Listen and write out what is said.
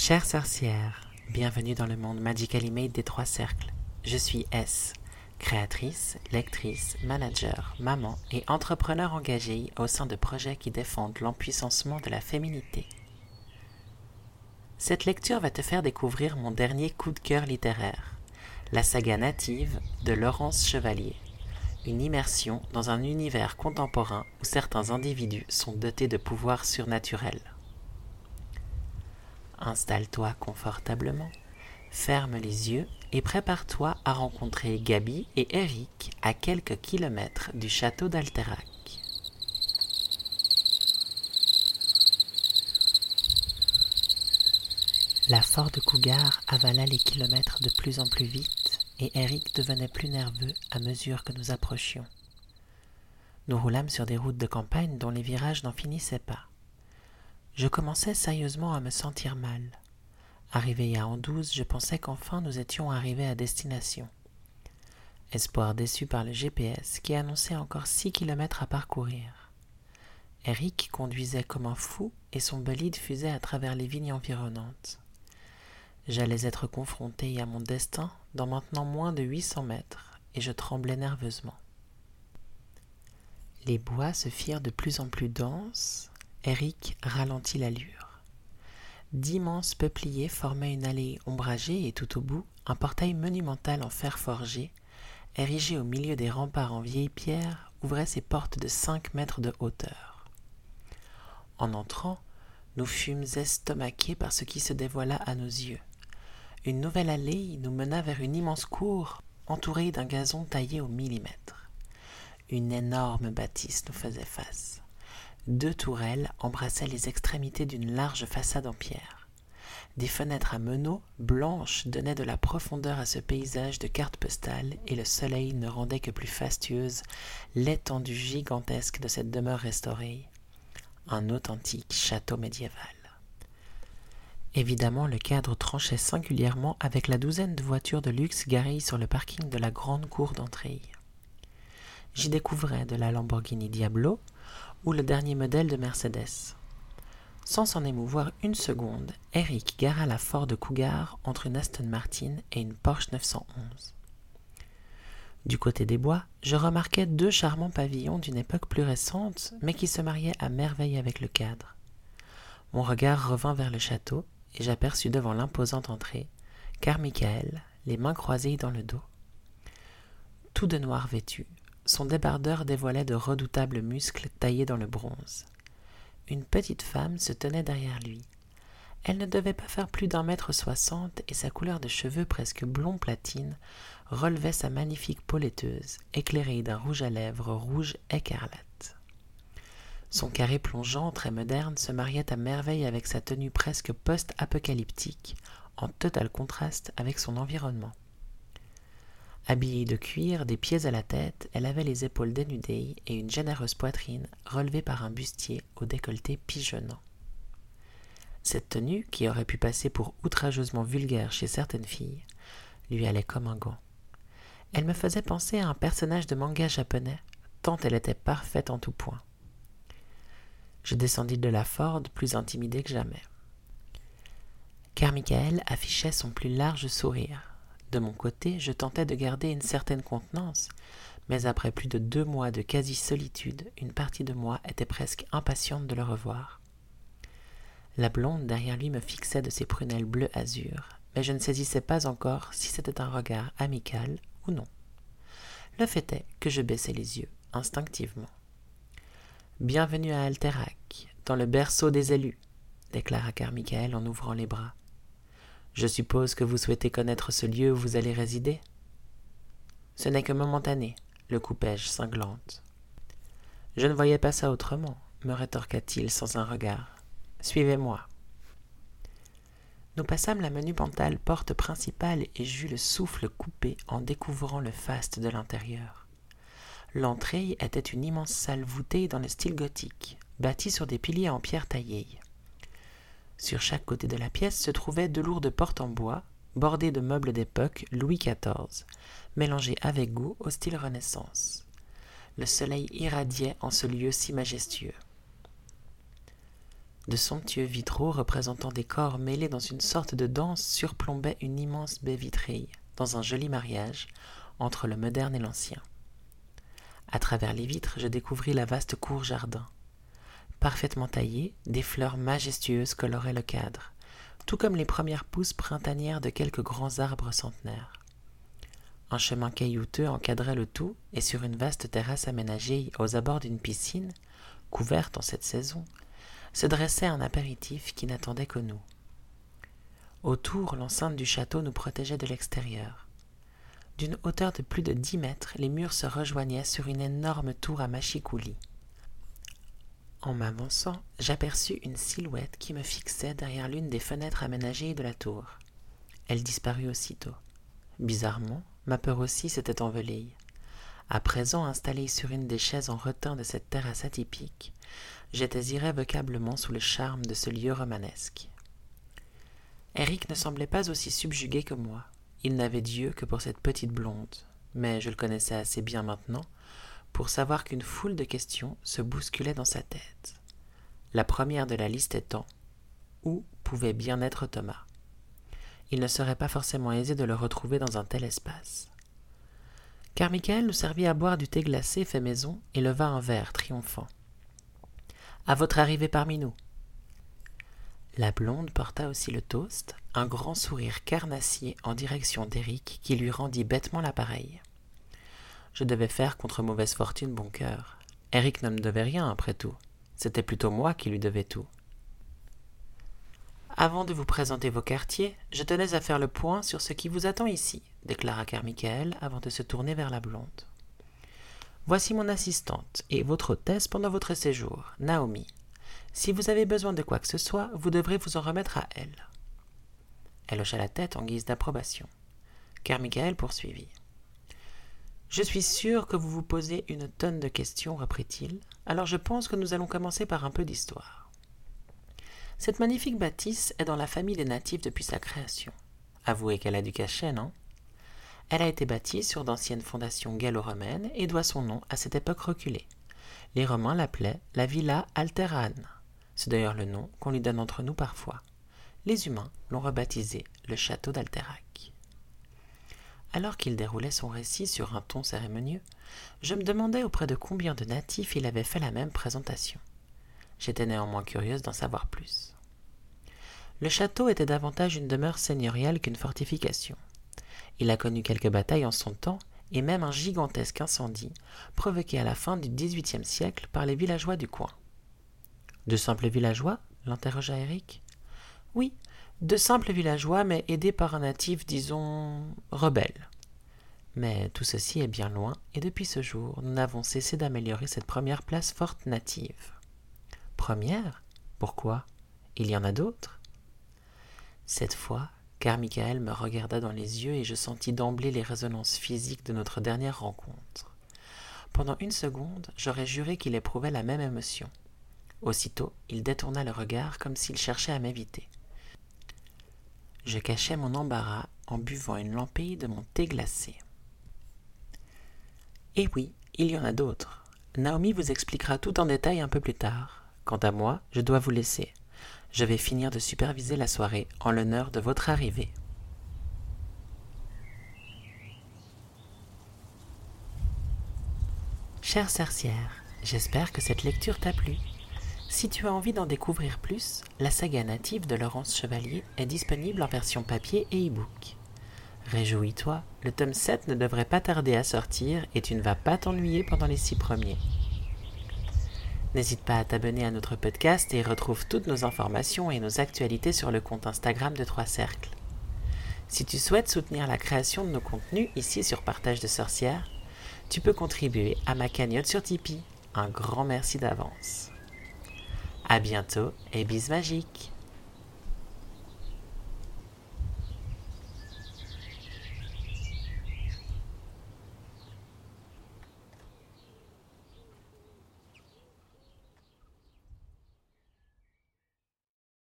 Chères sorcières, bienvenue dans le monde Magically Made des Trois Cercles. Je suis S, créatrice, lectrice, manager, maman et entrepreneur engagée au sein de projets qui défendent l'empuissancement de la féminité. Cette lecture va te faire découvrir mon dernier coup de cœur littéraire, la saga native de Laurence Chevalier, une immersion dans un univers contemporain où certains individus sont dotés de pouvoirs surnaturels. Installe-toi confortablement, ferme les yeux et prépare-toi à rencontrer Gabi et Eric à quelques kilomètres du château d'Alterac. La Ford Cougar avala les kilomètres de plus en plus vite et Eric devenait plus nerveux à mesure que nous approchions. Nous roulâmes sur des routes de campagne dont les virages n'en finissaient pas. Je commençais sérieusement à me sentir mal. Arrivé à Anduze, je pensais qu'enfin nous étions arrivés à destination. Espoir déçu par le GPS qui annonçait encore 6 kilomètres à parcourir. Eric conduisait comme un fou et son bolide fusait à travers les vignes environnantes. J'allais être confronté à mon destin dans maintenant moins de 800 mètres et je tremblais nerveusement. Les bois se firent de plus en plus denses. Eric ralentit l'allure. D'immenses peupliers formaient une allée ombragée et tout au bout, un portail monumental en fer forgé, érigé au milieu des remparts en vieille pierre, ouvrait ses portes de 5 mètres de hauteur. En entrant, nous fûmes estomaqués par ce qui se dévoila à nos yeux. Une nouvelle allée nous mena vers une immense cour entourée d'un gazon taillé au millimètre. Une énorme bâtisse nous faisait face. 2 tourelles embrassaient les extrémités d'une large façade en pierre. Des fenêtres à meneaux blanches donnaient de la profondeur à ce paysage de cartes postales et le soleil ne rendait que plus fastueuse l'étendue gigantesque de cette demeure restaurée. Un authentique château médiéval. Évidemment, le cadre tranchait singulièrement avec la douzaine de voitures de luxe garées sur le parking de la grande cour d'entrée. J'y découvrais de la Lamborghini Diablo ou le dernier modèle de Mercedes. Sans s'en émouvoir une seconde, Eric gara la Ford Cougar entre une Aston Martin et une Porsche 911. Du côté des bois, je remarquai 2 charmants pavillons d'une époque plus récente, mais qui se mariaient à merveille avec le cadre. Mon regard revint vers le château, et j'aperçus devant l'imposante entrée Carmichael, les mains croisées dans le dos. Tout de noir vêtu, son débardeur dévoilait de redoutables muscles taillés dans le bronze. Une petite femme se tenait derrière lui. Elle ne devait pas faire plus d'1,60 m et sa couleur de cheveux presque blond platine relevait sa magnifique peau laiteuse, éclairée d'un rouge à lèvres rouge écarlate. Son carré plongeant, très moderne, se mariait à merveille avec sa tenue presque post-apocalyptique, en total contraste avec son environnement. Habillée de cuir, des pieds à la tête, elle avait les épaules dénudées et une généreuse poitrine relevée par un bustier au décolleté pigeonnant. Cette tenue, qui aurait pu passer pour outrageusement vulgaire chez certaines filles, lui allait comme un gant. Elle me faisait penser à un personnage de manga japonais, tant elle était parfaite en tout point. Je descendis de la Ford plus intimidé que jamais. Carmichael affichait son plus large sourire. De mon côté, je tentais de garder une certaine contenance, mais après plus de 2 mois de quasi-solitude, une partie de moi était presque impatiente de le revoir. La blonde derrière lui me fixait de ses prunelles bleu azur, mais je ne saisissais pas encore si c'était un regard amical ou non. Le fait est que je baissais les yeux, instinctivement. « Bienvenue à Alterac, dans le berceau des élus », déclara Carmichael en ouvrant les bras. « Je suppose que vous souhaitez connaître ce lieu où vous allez résider ?»« Ce n'est que momentané, » le coupai-je cinglante. « Je ne voyais pas ça autrement, » me rétorqua-t-il sans un regard. « Suivez-moi. » Nous passâmes la monumentale porte principale et j'eus le souffle coupé en découvrant le faste de l'intérieur. L'entrée était une immense salle voûtée dans le style gothique, bâtie sur des piliers en pierre taillée. Sur chaque côté de la pièce se trouvaient 2 lourdes portes en bois, bordées de meubles d'époque Louis XIV, mélangés avec goût au style Renaissance. Le soleil irradiait en ce lieu si majestueux. De somptueux vitraux représentant des corps mêlés dans une sorte de danse surplombaient une immense baie vitrée, dans un joli mariage entre le moderne et l'ancien. À travers les vitres, je découvris la vaste cour-jardin. Parfaitement taillée, des fleurs majestueuses coloraient le cadre, tout comme les premières pousses printanières de quelques grands arbres centenaires. Un chemin caillouteux encadrait le tout, et sur une vaste terrasse aménagée aux abords d'une piscine, couverte en cette saison, se dressait un apéritif qui n'attendait que nous. Autour, l'enceinte du château nous protégeait de l'extérieur. D'une hauteur de plus de 10 mètres, les murs se rejoignaient sur une énorme tour à machicoulis. En m'avançant, j'aperçus une silhouette qui me fixait derrière l'une des fenêtres aménagées de la tour. Elle disparut aussitôt. Bizarrement, ma peur aussi s'était envolée. À présent installé sur une des chaises en retins de cette terrasse atypique, j'étais irrévocablement sous le charme de ce lieu romanesque. Eric ne semblait pas aussi subjugué que moi. Il n'avait d'yeux que pour cette petite blonde, mais je le connaissais assez bien maintenant pour savoir qu'une foule de questions se bousculait dans sa tête. La première de la liste étant « Où pouvait bien être Thomas ?» Il ne serait pas forcément aisé de le retrouver dans un tel espace. Car Michael nous servit à boire du thé glacé fait maison et leva un verre triomphant. « À votre arrivée parmi nous !» La blonde porta aussi le toast, un grand sourire carnassier en direction d'Eric qui lui rendit bêtement l'appareil. Je devais faire contre mauvaise fortune bon cœur. Eric ne me devait rien après tout. C'était plutôt moi qui lui devais tout. « Avant de vous présenter vos quartiers, je tenais à faire le point sur ce qui vous attend ici, » déclara Carmichael avant de se tourner vers la blonde. « Voici mon assistante et votre hôtesse pendant votre séjour, Naomi. Si vous avez besoin de quoi que ce soit, vous devrez vous en remettre à elle. » Elle hocha la tête en guise d'approbation. Carmichael poursuivit. « Je suis sûr que vous vous posez une tonne de questions, reprit-il. Alors je pense que nous allons commencer par un peu d'histoire. Cette magnifique bâtisse est dans la famille des natifs depuis sa création. Avouez qu'elle a du cachet, non? Elle a été bâtie sur d'anciennes fondations gallo-romaines et doit son nom à cette époque reculée. Les Romains l'appelaient la Villa Alterane. C'est d'ailleurs le nom qu'on lui donne entre nous parfois. Les humains l'ont rebaptisé le château d'Alterac. Alors qu'il déroulait son récit sur un ton cérémonieux, je me demandais auprès de combien de natifs il avait fait la même présentation. J'étais néanmoins curieuse d'en savoir plus. Le château était davantage une demeure seigneuriale qu'une fortification. Il a connu quelques batailles en son temps et même un gigantesque incendie provoqué à la fin du XVIIIe siècle par les villageois du coin. « De simples villageois » l'interrogea Eric. « Oui, de simples villageois, mais aidés par un natif, disons, rebelle. Mais tout ceci est bien loin, et depuis ce jour, nous n'avons cessé d'améliorer cette première place forte native. » Première? Pourquoi? Il y en a d'autres? Cette fois, Carmichael me regarda dans les yeux et je sentis d'emblée les résonances physiques de notre dernière rencontre. Pendant une seconde, j'aurais juré qu'il éprouvait la même émotion. Aussitôt, il détourna le regard comme s'il cherchait à m'éviter. Je cachai mon embarras en buvant une lampée de mon thé glacé. Et oui, il y en a d'autres. Naomi vous expliquera tout en détail un peu plus tard. Quant à moi, je dois vous laisser. Je vais finir de superviser la soirée en l'honneur de votre arrivée. Chère sorcière, j'espère que cette lecture t'a plu. Si tu as envie d'en découvrir plus, la saga native de Laurence Chevalier est disponible en version papier et e-book. Réjouis-toi, le tome 7 ne devrait pas tarder à sortir et tu ne vas pas t'ennuyer pendant les 6 premiers. N'hésite pas à t'abonner à notre podcast et retrouve toutes nos informations et nos actualités sur le compte Instagram de Trois Cercles. Si tu souhaites soutenir la création de nos contenus ici sur Partage de Sorcières, tu peux contribuer à ma cagnotte sur Tipeee. Un grand merci d'avance. À bientôt et bis magiques!